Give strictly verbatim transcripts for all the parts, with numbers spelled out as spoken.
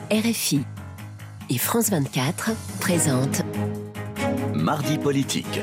R F I et France vingt-quatre présentent Mardi politique.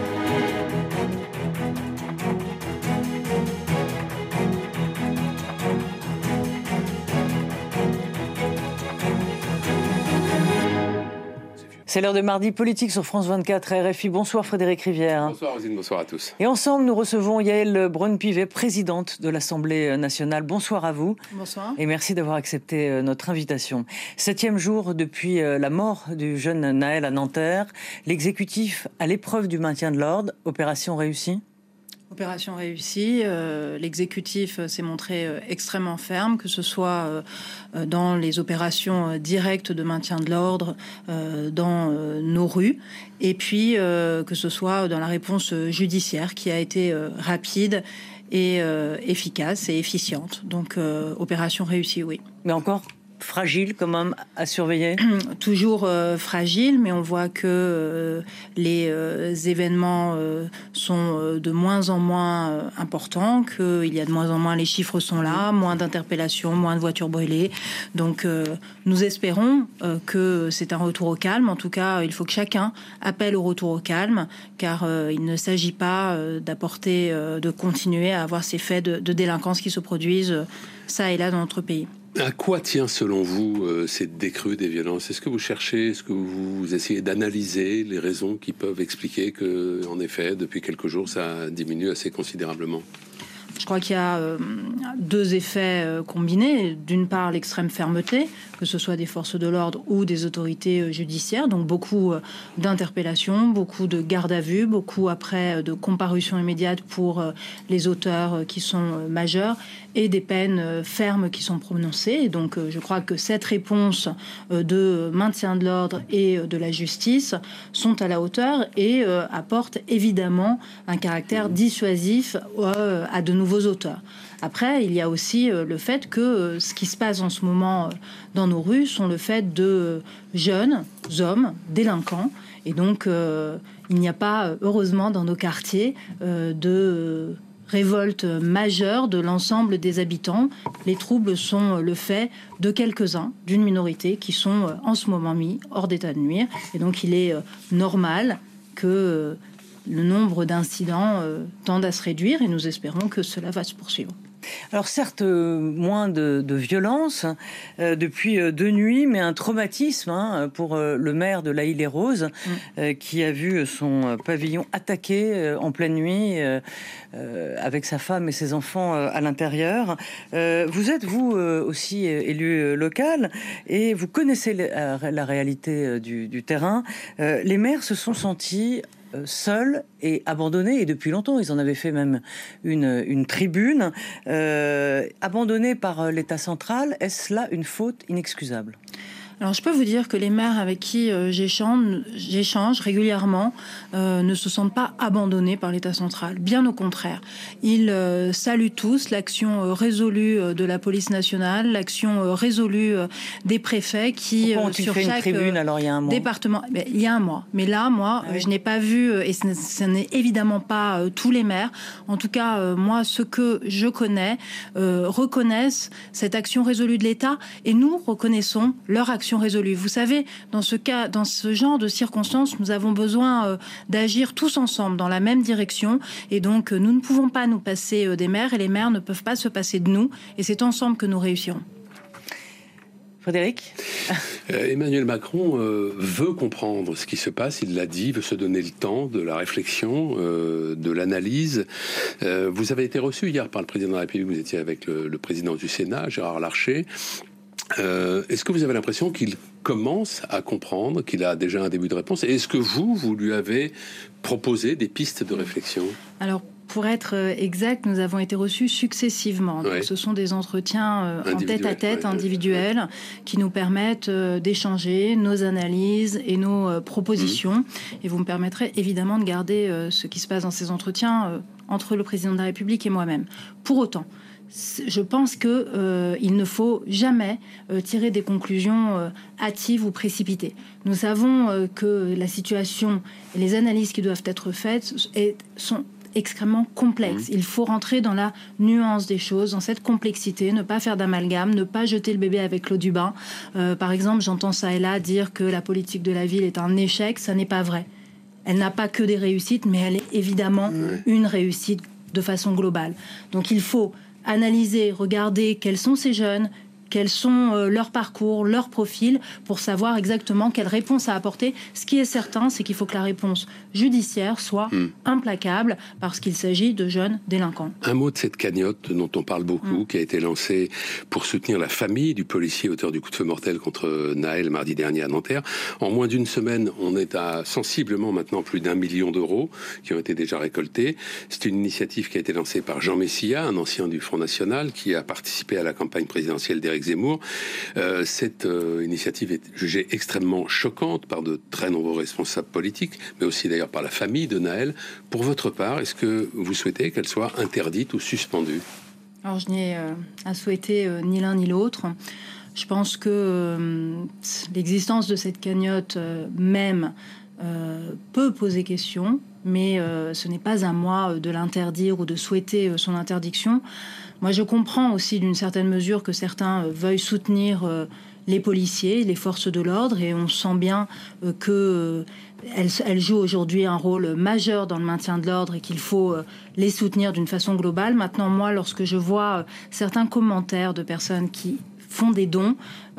C'est l'heure de Mardi politique sur France vingt-quatre R F I. Bonsoir Frédéric Rivière. Bonsoir Rosine, bonsoir à tous. Et ensemble, nous recevons Yaël Braun-Pivet, présidente de l'Assemblée nationale. Bonsoir à vous. Bonsoir. Et merci d'avoir accepté notre invitation. Septième jour depuis la mort du jeune Nahel à Nanterre. L'exécutif à l'épreuve du maintien de l'ordre. Opération réussie ? Opération réussie. Euh, l'exécutif s'est montré euh, extrêmement ferme, que ce soit euh, dans les opérations euh, directes de maintien de l'ordre euh, dans euh, nos rues, et puis euh, que ce soit dans la réponse judiciaire qui a été euh, rapide et euh, efficace et efficiente. Donc, euh, opération réussie, oui. Mais encore fragile quand même à surveiller. Toujours euh, fragile, mais on voit que euh, les euh, événements euh, sont euh, de moins en moins euh, importants, qu'il y a de moins en moins, les chiffres sont là, moins d'interpellations, moins de voitures brûlées. Donc euh, nous espérons euh, que c'est un retour au calme. En tout cas, il faut que chacun appelle au retour au calme, car euh, il ne s'agit pas euh, d'apporter, euh, de continuer à avoir ces faits de, de délinquance qui se produisent euh, ça et là dans notre pays. À quoi tient, selon vous, euh, cette décrue des violences ? Est-ce que vous cherchez, est-ce que vous essayez d'analyser les raisons qui peuvent expliquer que, en effet, depuis quelques jours, ça diminue assez considérablement ? Je crois qu'il y a euh, deux effets euh, combinés. D'une part, l'extrême fermeté, que ce soit des forces de l'ordre ou des autorités euh, judiciaires. Donc beaucoup euh, d'interpellations, beaucoup de garde à vue, beaucoup après euh, de comparutions immédiates pour euh, les auteurs euh, qui sont euh, majeurs et des peines euh, fermes qui sont prononcées. Et donc euh, je crois que cette réponse euh, de maintien de l'ordre et euh, de la justice sont à la hauteur et euh, apportent évidemment un caractère dissuasif euh, à de nouveaux nouveaux auteurs. Après, il y a aussi euh, le fait que euh, ce qui se passe en ce moment euh, dans nos rues sont le fait de euh, jeunes hommes délinquants. Et donc, euh, il n'y a pas, heureusement, dans nos quartiers, euh, de euh, révolte majeure de l'ensemble des habitants. Les troubles sont le fait de quelques-uns, d'une minorité, qui sont euh, en ce moment mis hors d'état de nuire. Et donc, il est euh, normal que Euh, le nombre d'incidents euh, tend à se réduire et nous espérons que cela va se poursuivre. Alors certes, euh, moins de, de violence euh, depuis euh, deux nuits, mais un traumatisme hein, pour euh, le maire de La Île-et-Rose, mmh. euh, qui a vu son pavillon attaqué euh, en pleine nuit euh, euh, avec sa femme et ses enfants euh, à l'intérieur. Euh, vous êtes, vous, euh, aussi euh, élu euh, local et vous connaissez la, la réalité euh, du, du terrain. Euh, les maires se sont sentis seuls et abandonnés, et depuis longtemps, ils en avaient fait même une, une tribune, euh, abandonnés par l'État central. Est-ce là une faute inexcusable ? Alors, je peux vous dire que les maires avec qui euh, j'échange, j'échange régulièrement euh, ne se sentent pas abandonnés par l'État central. Bien au contraire. Ils euh, saluent tous l'action euh, résolue euh, de la police nationale, l'action euh, résolue euh, des préfets qui, euh, sur fait chaque une tribune, euh, alors, il y a un mois. département... Ben, il y a un mois. Mais là, moi, ah oui. je n'ai pas vu, euh, et ce n'est, ce n'est évidemment pas euh, tous les maires. En tout cas, euh, moi, ceux que je connais euh, reconnaissent cette action résolue de l'État et nous reconnaissons leur action résolue. Vous savez, dans ce cas, dans ce genre de circonstances, nous avons besoin euh, d'agir tous ensemble dans la même direction. Et donc, euh, nous ne pouvons pas nous passer euh, des maires et les maires ne peuvent pas se passer de nous. Et c'est ensemble que nous réussirons. Frédéric ? euh, Emmanuel Macron euh, veut comprendre ce qui se passe, il l'a dit, veut se donner le temps de la réflexion, euh, de l'analyse. Euh, vous avez été reçu hier par le président de la République, vous étiez avec le, le président du Sénat, Gérard Larcher. Euh, est-ce que vous avez l'impression qu'il commence à comprendre, qu'il a déjà un début de réponse ? Et est-ce que vous, vous lui avez proposé des pistes de réflexion ? Alors, pour être exact, nous avons été reçus successivement. Donc, ouais. Ce sont des entretiens euh, en tête-à-tête, ouais, individuels, ouais. qui nous permettent euh, d'échanger nos analyses et nos euh, propositions. Mmh. Et vous me permettrez évidemment de garder euh, ce qui se passe dans ces entretiens euh, entre le président de la République et moi-même. Pour autant, je pense qu'il euh, ne faut jamais euh, tirer des conclusions euh, hâtives ou précipitées. Nous savons euh, que la situation et les analyses qui doivent être faites est, sont extrêmement complexe. Mmh. Il faut rentrer dans la nuance des choses, dans cette complexité, ne pas faire d'amalgame, ne pas jeter le bébé avec l'eau du bain. Euh, par exemple, j'entends ça et là dire que la politique de la ville est un échec. Ça n'est pas vrai. Elle n'a pas que des réussites, mais elle est évidemment mmh. une réussite de façon globale. Donc il faut analyser, regarder quels sont ces jeunes, quels sont euh, leurs parcours, leurs profils, pour savoir exactement quelle réponse à apporter. Ce qui est certain, c'est qu'il faut que la réponse judiciaire soit mmh. implacable, parce qu'il s'agit de jeunes délinquants. Un mot de cette cagnotte dont on parle beaucoup, mmh. qui a été lancée pour soutenir la famille du policier auteur du coup de feu mortel contre Nahel mardi dernier à Nanterre. En moins d'une semaine, on est à sensiblement maintenant plus d'un million d'euros qui ont été déjà récoltés. C'est une initiative qui a été lancée par Jean Messia, un ancien du Front National, qui a participé à la campagne présidentielle d'Éric Zemmour. Euh, cette euh, initiative est jugée extrêmement choquante par de très nombreux responsables politiques, mais aussi d'ailleurs par la famille de Nahel. Pour votre part, est-ce que vous souhaitez qu'elle soit interdite ou suspendue ? Alors, je n'ai euh, à souhaiter euh, ni l'un ni l'autre. Je pense que euh, l'existence de cette cagnotte euh, même euh, peut poser question, mais euh, ce n'est pas à moi de l'interdire ou de souhaiter euh, son interdiction. Moi, je comprends aussi d'une certaine mesure que certains euh, veuillent soutenir euh, les policiers, les forces de l'ordre, et on sent bien euh, que euh, elles, elles jouent aujourd'hui un rôle majeur dans le maintien de l'ordre et qu'il faut euh, les soutenir d'une façon globale. Maintenant, moi, lorsque je vois euh, certains commentaires de personnes qui font des dons,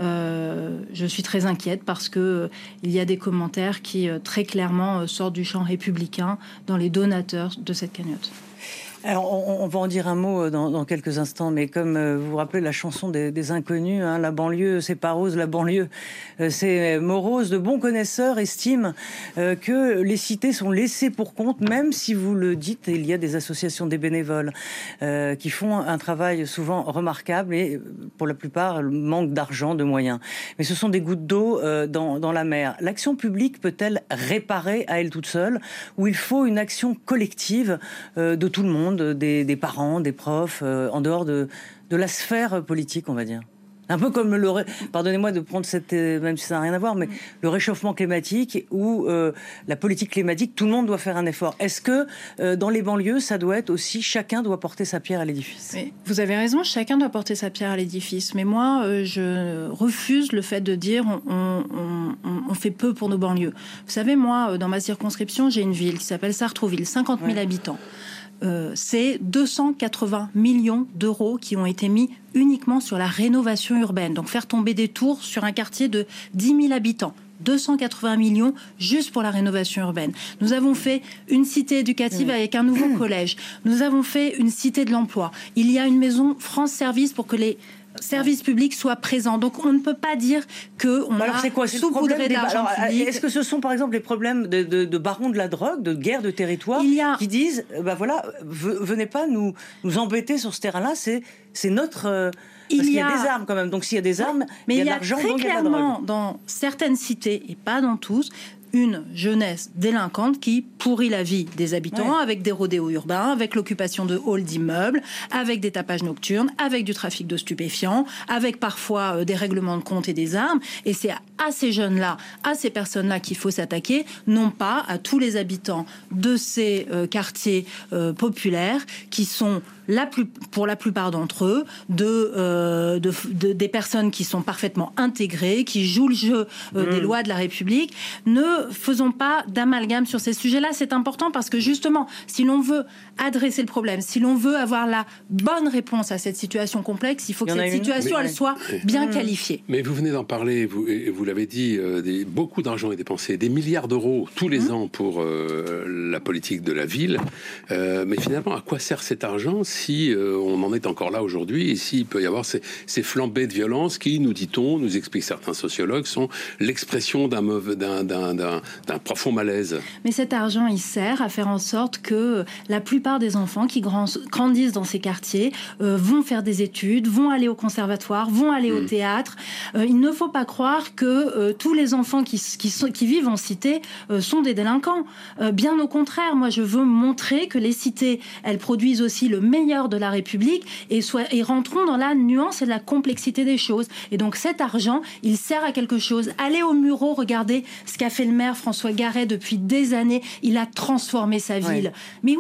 euh, je suis très inquiète parce que euh, il y a des commentaires qui euh, très clairement euh, sortent du champ républicain dans les donateurs de cette cagnotte. Alors, on, on va en dire un mot dans, dans quelques instants, mais comme euh, vous vous rappelez la chanson des, des Inconnus, hein, la banlieue, c'est pas rose, la banlieue, euh, c'est morose. De bons connaisseurs estiment euh, que les cités sont laissées pour compte, même si vous le dites, il y a des associations, des bénévoles euh, qui font un travail souvent remarquable et pour la plupart, le manque d'argent, de moyens. Mais ce sont des gouttes d'eau euh, dans, dans la mer. L'action publique peut-elle réparer à elle toute seule, ou il faut une action collective euh, de tout le monde? Des, des parents, des profs, euh, en dehors de, de la sphère politique, on va dire. Un peu comme le... Pardonnez-moi de prendre cette... Même si ça n'a rien à voir, mais le réchauffement climatique ou euh, la politique climatique, tout le monde doit faire un effort. Est-ce que euh, dans les banlieues, ça doit être aussi... Chacun doit porter sa pierre à l'édifice? Mais vous avez raison, chacun doit porter sa pierre à l'édifice. Mais moi, euh, je refuse le fait de dire on, on, on, on fait peu pour nos banlieues. Vous savez, moi, dans ma circonscription, j'ai une ville qui s'appelle Sartrouville, cinquante mille ouais. habitants. Euh, c'est deux cent quatre-vingts millions d'euros qui ont été mis uniquement sur la rénovation urbaine. Donc faire tomber des tours sur un quartier de dix mille habitants. deux cent quatre-vingts millions juste pour la rénovation urbaine. Nous avons fait une cité éducative avec un nouveau collège. Nous avons fait une cité de l'emploi. Il y a une maison France Service pour que les services publics soient présents. Donc on ne peut pas dire que on alors, a saupoudré de l'argent public. Est-ce que ce sont par exemple les problèmes de, de, de barons de la drogue, de guerre de territoire, a... qui disent bah voilà, venez pas nous nous embêter sur ce terrain-là, c'est c'est notre euh, il parce y, y a des armes quand même. Donc s'il y a des armes, mais il y a de l'argent, très donc il y a de la drogue. Dans certaines cités et pas dans tous, une jeunesse délinquante qui pourrit la vie des habitants ouais. avec des rodéos urbains, avec l'occupation de halls d'immeubles, avec des tapages nocturnes, avec du trafic de stupéfiants, avec parfois euh, des règlements de compte et des armes. Et c'est à ces jeunes-là, à ces personnes-là qu'il faut s'attaquer, non pas à tous les habitants de ces euh, quartiers euh, populaires qui sont la plus, pour la plupart d'entre eux, de, euh, de, de, des personnes qui sont parfaitement intégrées, qui jouent le jeu euh, mmh. des lois de la République. Ne faisons pas d'amalgame sur ces sujets-là. C'est important parce que justement, si l'on veut adresser le problème, si l'on veut avoir la bonne réponse à cette situation complexe, il faut que cette situation, mais, elle soit mais, bien mmh. qualifiée. Mais vous venez d'en parler, vous, vous l'avez dit, euh, des, beaucoup d'argent est dépensé, des milliards d'euros tous les mmh. ans pour euh, la politique de la ville. Euh, mais finalement, à quoi sert cet argent si euh, on en est encore là aujourd'hui et s'il peut y avoir ces, ces flambées de violence qui, nous dit-on, nous expliquent certains sociologues, sont l'expression d'un, mauvais, d'un, d'un, d'un, d'un profond malaise. Mais cet argent, il sert à faire en sorte que la plupart des enfants qui grandissent dans ces quartiers euh, vont faire des études, vont aller au conservatoire, vont aller mmh. au théâtre. Euh, il ne faut pas croire que euh, tous les enfants qui, qui, sont, qui vivent en cité euh, sont des délinquants. Euh, bien au contraire, moi je veux montrer que les cités, elles produisent aussi le meilleur de la République et, soit, et rentrons dans la nuance et la complexité des choses. Et donc cet argent, il sert à quelque chose. Allez au Mureau, regardez ce qu'a fait le maire François Garret depuis des années. Il a transformé sa ville. Ouais. Mais oui,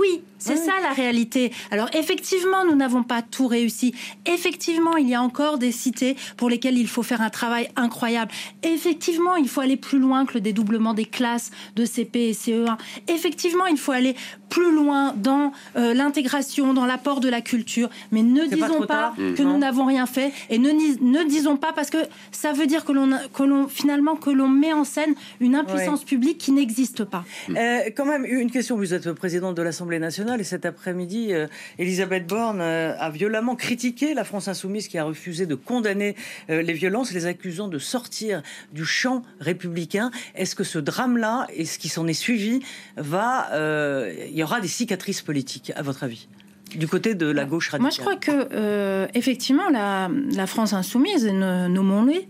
C'est ouais. ça la réalité. Alors effectivement, nous n'avons pas tout réussi. Effectivement, il y a encore des cités pour lesquelles il faut faire un travail incroyable. Effectivement, il faut aller plus loin que le dédoublement des classes de C P et C E un. Effectivement, il faut aller plus loin dans euh, l'intégration, dans l'apport de la culture. Mais ne C'est disons pas, pas, mmh. que nous n'avons rien fait et ne, ne disons pas parce que ça veut dire que l'on, que l'on finalement que l'on met en scène une impuissance ouais. publique qui n'existe pas. Euh, quand même, une question. Vous êtes présidente de l'Assemblée nationale et cet après-midi, euh, Elisabeth Borne euh, a violemment critiqué la France insoumise qui a refusé de condamner euh, les violences, les accusant de sortir du champ républicain. Est-ce que ce drame-là et ce qui s'en est suivi va... Euh, il y aura des cicatrices politiques, à votre avis, du côté de la gauche radicale? Moi, je crois que euh, effectivement, la, la France insoumise, et nommons-les,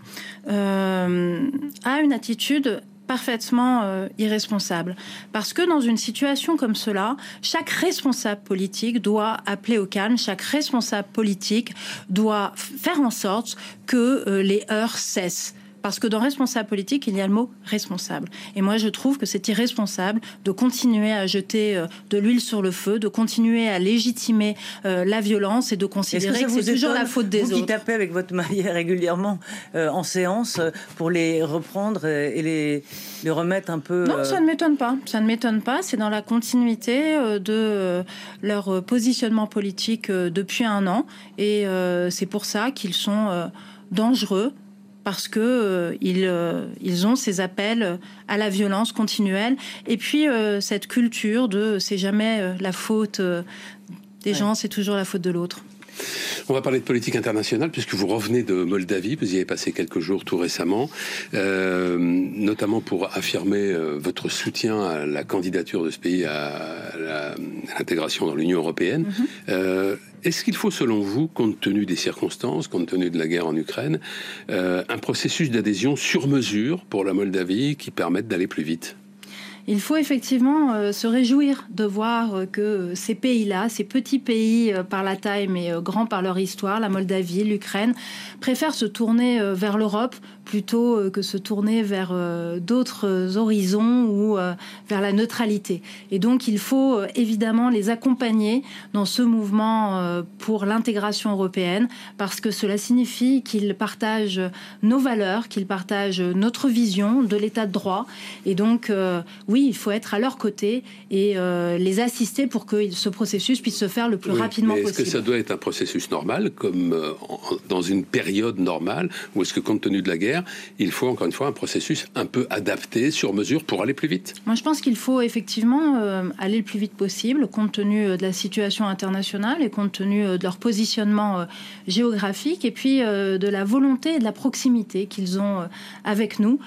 euh, a une attitude parfaitement euh, irresponsable. Parce que dans une situation comme cela, chaque responsable politique doit appeler au calme, chaque responsable politique doit faire en sorte que euh, les heurts cessent. Parce que dans responsable politique, il y a le mot responsable. Et moi, je trouve que c'est irresponsable de continuer à jeter euh, de l'huile sur le feu, de continuer à légitimer euh, la violence et de considérer que, que c'est toujours la faute des vous autres. Vous qui tapez avec votre mari régulièrement euh, en séance euh, pour les reprendre et les, les remettre un peu... Non, euh... ça ne m'étonne pas. Ça ne m'étonne pas. C'est dans la continuité euh, de euh, leur positionnement politique euh, depuis un an. Et euh, c'est pour ça qu'ils sont euh, dangereux. Parce que euh, ils, euh, ils ont ces appels à la violence continuelle et puis euh, cette culture de c'est jamais euh, la faute euh, des ouais. gens, c'est toujours la faute de l'autre. On va parler de politique internationale puisque vous revenez de Moldavie, vous y avez passé quelques jours tout récemment, euh, notamment pour affirmer euh, votre soutien à la candidature de ce pays à, la, à l'intégration dans l'Union européenne. Mm-hmm. Euh, est-ce qu'il faut, selon vous, compte tenu des circonstances, compte tenu de la guerre en Ukraine, euh, un processus d'adhésion sur mesure pour la Moldavie qui permette d'aller plus vite ? Il faut effectivement euh, se réjouir de voir euh, que ces pays-là, ces petits pays euh, par la taille mais euh, grands par leur histoire, la Moldavie, l'Ukraine, préfèrent se tourner euh, vers l'Europe plutôt euh, que se tourner vers euh, d'autres horizons ou euh, vers la neutralité. Et donc il faut euh, évidemment les accompagner dans ce mouvement euh, pour l'intégration européenne parce que cela signifie qu'ils partagent nos valeurs, qu'ils partagent notre vision de l'état de droit. Et donc euh, oui, Oui, il faut être à leur côté et euh, les assister pour que ce processus puisse se faire le plus oui, rapidement mais est-ce possible. Est-ce que ça doit être un processus normal, comme euh, en, dans une période normale, ou est-ce que compte tenu de la guerre, il faut encore une fois un processus un peu adapté, sur mesure, pour aller plus vite? Moi, je pense qu'il faut effectivement euh, aller le plus vite possible, compte tenu de la situation internationale et compte tenu de leur positionnement euh, géographique et puis euh, de la volonté et de la proximité qu'ils ont euh, avec nous.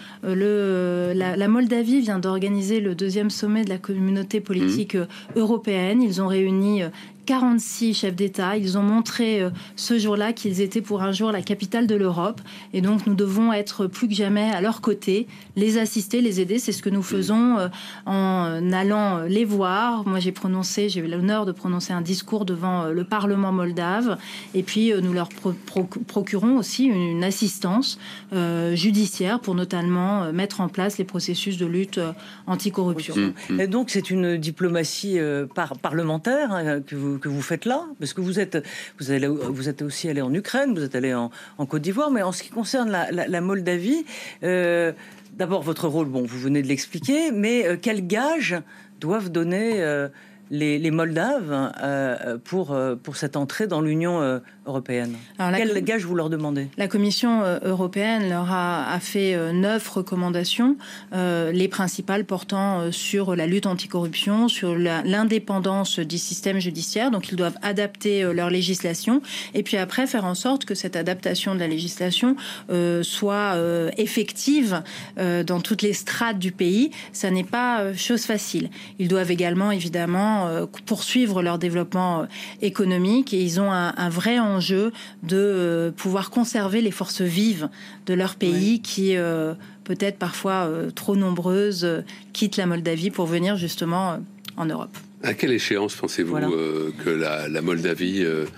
Euh, le, la, la Moldavie vient d'organiser le deuxième sommet de la communauté politique mmh. européenne. Ils ont réuni quarante-six chefs d'État. Ils ont montré euh, ce jour-là qu'ils étaient pour un jour la capitale de l'Europe. Et donc, nous devons être plus que jamais à leur côté, les assister, les aider. C'est ce que nous faisons euh, en allant les voir. Moi, j'ai prononcé, j'ai eu l'honneur de prononcer un discours devant euh, le Parlement moldave. Et puis, euh, nous leur pro- pro- procurons aussi une, une assistance euh, judiciaire pour notamment euh, mettre en place les processus de lutte euh, anticorruption. Mmh. Et donc, c'est une diplomatie euh, par- parlementaire hein, que vous que vous faites là, parce que vous êtes, vous, allez, vous êtes aussi allé en Ukraine, vous êtes allé en, en Côte d'Ivoire, mais en ce qui concerne la, la, la Moldavie, euh, d'abord votre rôle, bon, vous venez de l'expliquer, mais euh, quel gage doivent donner euh, les, les Moldaves euh, pour, euh, pour cette entrée dans l'Union euh, européenne? Alors, quel com- gage vous leur demandez? La Commission euh, européenne leur a, a fait euh, neuf recommandations, euh, les principales portant euh, sur la lutte anticorruption, sur la, l'indépendance du système judiciaire. Donc, ils doivent adapter euh, leur législation et puis après faire en sorte que cette adaptation de la législation euh, soit euh, effective euh, dans toutes les strates du pays. Ça n'est pas euh, chose facile. Ils doivent également, évidemment, euh, poursuivre leur développement euh, économique et ils ont un, un vrai enjeu de euh, pouvoir conserver les forces vives de leur pays oui. qui, euh, peut-être parfois euh, trop nombreuses, euh, quittent la Moldavie pour venir justement euh, en Europe. À quelle échéance pensez-vous voilà. euh, que la, la Moldavie euh,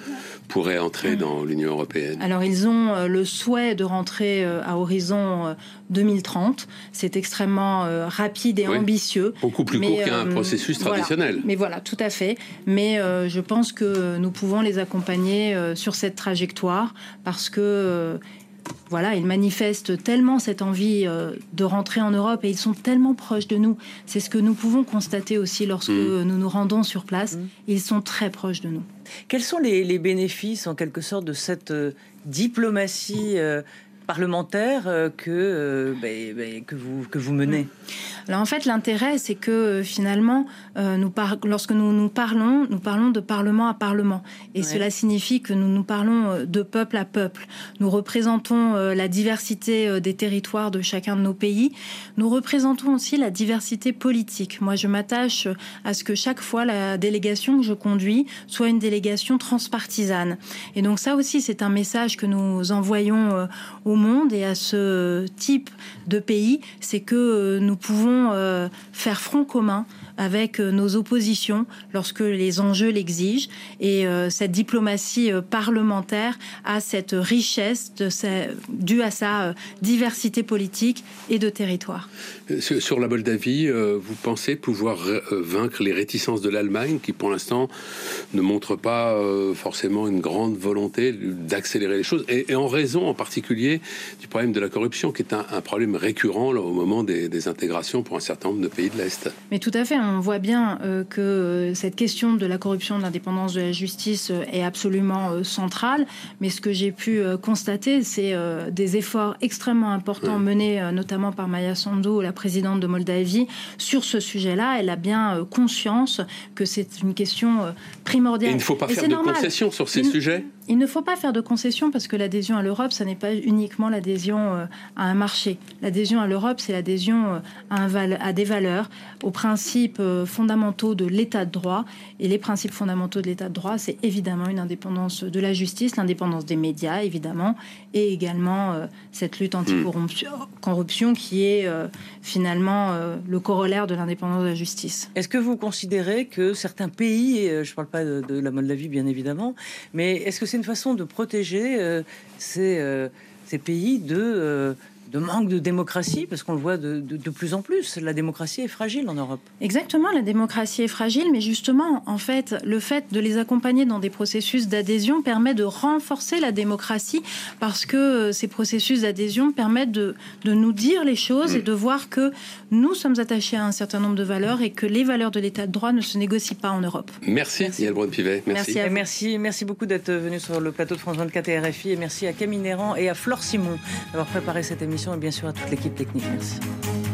pourraient entrer dans l'Union européenne? Alors, ils ont le souhait de rentrer à horizon deux mille trente. C'est extrêmement rapide et oui. ambitieux. Beaucoup plus mais, court qu'un euh, processus traditionnel. Voilà. Mais voilà, tout à fait. Mais euh, je pense que nous pouvons les accompagner euh, sur cette trajectoire parce que euh, voilà, ils manifestent tellement cette envie euh, de rentrer en Europe et ils sont tellement proches de nous. C'est ce que nous pouvons constater aussi lorsque mmh. nous nous rendons sur place. Mmh. Ils sont très proches de nous. Quels sont les, les bénéfices, en quelque sorte, de cette euh, diplomatie euh, parlementaire euh, que, euh, bah, bah, que, vous, que vous menez? Alors en fait, l'intérêt, c'est que euh, finalement, euh, nous par... lorsque nous nous parlons, nous parlons de parlement à parlement. Et ouais. cela signifie que nous nous parlons de peuple à peuple. Nous représentons euh, la diversité euh, des territoires de chacun de nos pays. Nous représentons aussi la diversité politique. Moi, je m'attache à ce que chaque fois, la délégation que je conduis soit une délégation transpartisane. Et donc ça aussi, c'est un message que nous envoyons euh, au monde et à ce type de pays, c'est que euh, nous pouvons Euh, faire front commun avec euh, nos oppositions lorsque les enjeux l'exigent. Et euh, cette diplomatie euh, parlementaire a cette richesse de sa, due à sa euh, diversité politique et de territoire. Sur, sur la Moldavie, euh, vous pensez pouvoir euh, vaincre les réticences de l'Allemagne qui, pour l'instant, ne montre pas euh, forcément une grande volonté d'accélérer les choses, et, et en raison en particulier du problème de la corruption, qui est un, un problème récurrent là, au moment des, des intégrations pour un certain nombre de pays de l'Est. Mais tout à fait, on voit bien euh, que euh, cette question de la corruption, de l'indépendance de la justice euh, est absolument euh, centrale. Mais ce que j'ai pu euh, constater, c'est euh, des efforts extrêmement importants ouais. menés euh, notamment par Maia Sandu, la présidente de Moldavie, sur ce sujet-là. Elle a bien euh, conscience que c'est une question euh, primordiale. Et il ne faut pas Et faire de normal. concessions sur ces il, sujets. Il ne faut pas faire de concessions parce que l'adhésion à l'Europe, ça n'est pas uniquement l'adhésion euh, à un marché. L'adhésion à l'Europe, c'est l'adhésion euh, à, un val- à des valeurs, aux principes euh, fondamentaux de l'état de droit. Et les principes fondamentaux de l'état de droit, c'est évidemment une indépendance de la justice, l'indépendance des médias, évidemment, et également euh, cette lutte anti-corruption qui est euh, finalement euh, le corollaire de l'indépendance de la justice. Est-ce que vous considérez que certains pays, je ne parle pas de, de la Moldavie bien évidemment, mais est-ce que c'est une façon de protéger euh, ces, euh, ces pays de... Euh, de manque de démocratie, parce qu'on le voit de, de, de plus en plus. La démocratie est fragile en Europe. Exactement, la démocratie est fragile, mais justement, en fait, le fait de les accompagner dans des processus d'adhésion permet de renforcer la démocratie, parce que ces processus d'adhésion permettent de, de nous dire les choses mmh. et de voir que nous sommes attachés à un certain nombre de valeurs et que les valeurs de l'état de droit ne se négocient pas en Europe. Merci, merci. Yael Braun-Pivet. Merci. Merci, merci, merci beaucoup d'être venu sur le plateau de France vingt-quatre et R F I, et merci à Camille Néran et à Flore Simon d'avoir préparé cette émission, et bien sûr à toute l'équipe technique. Merci.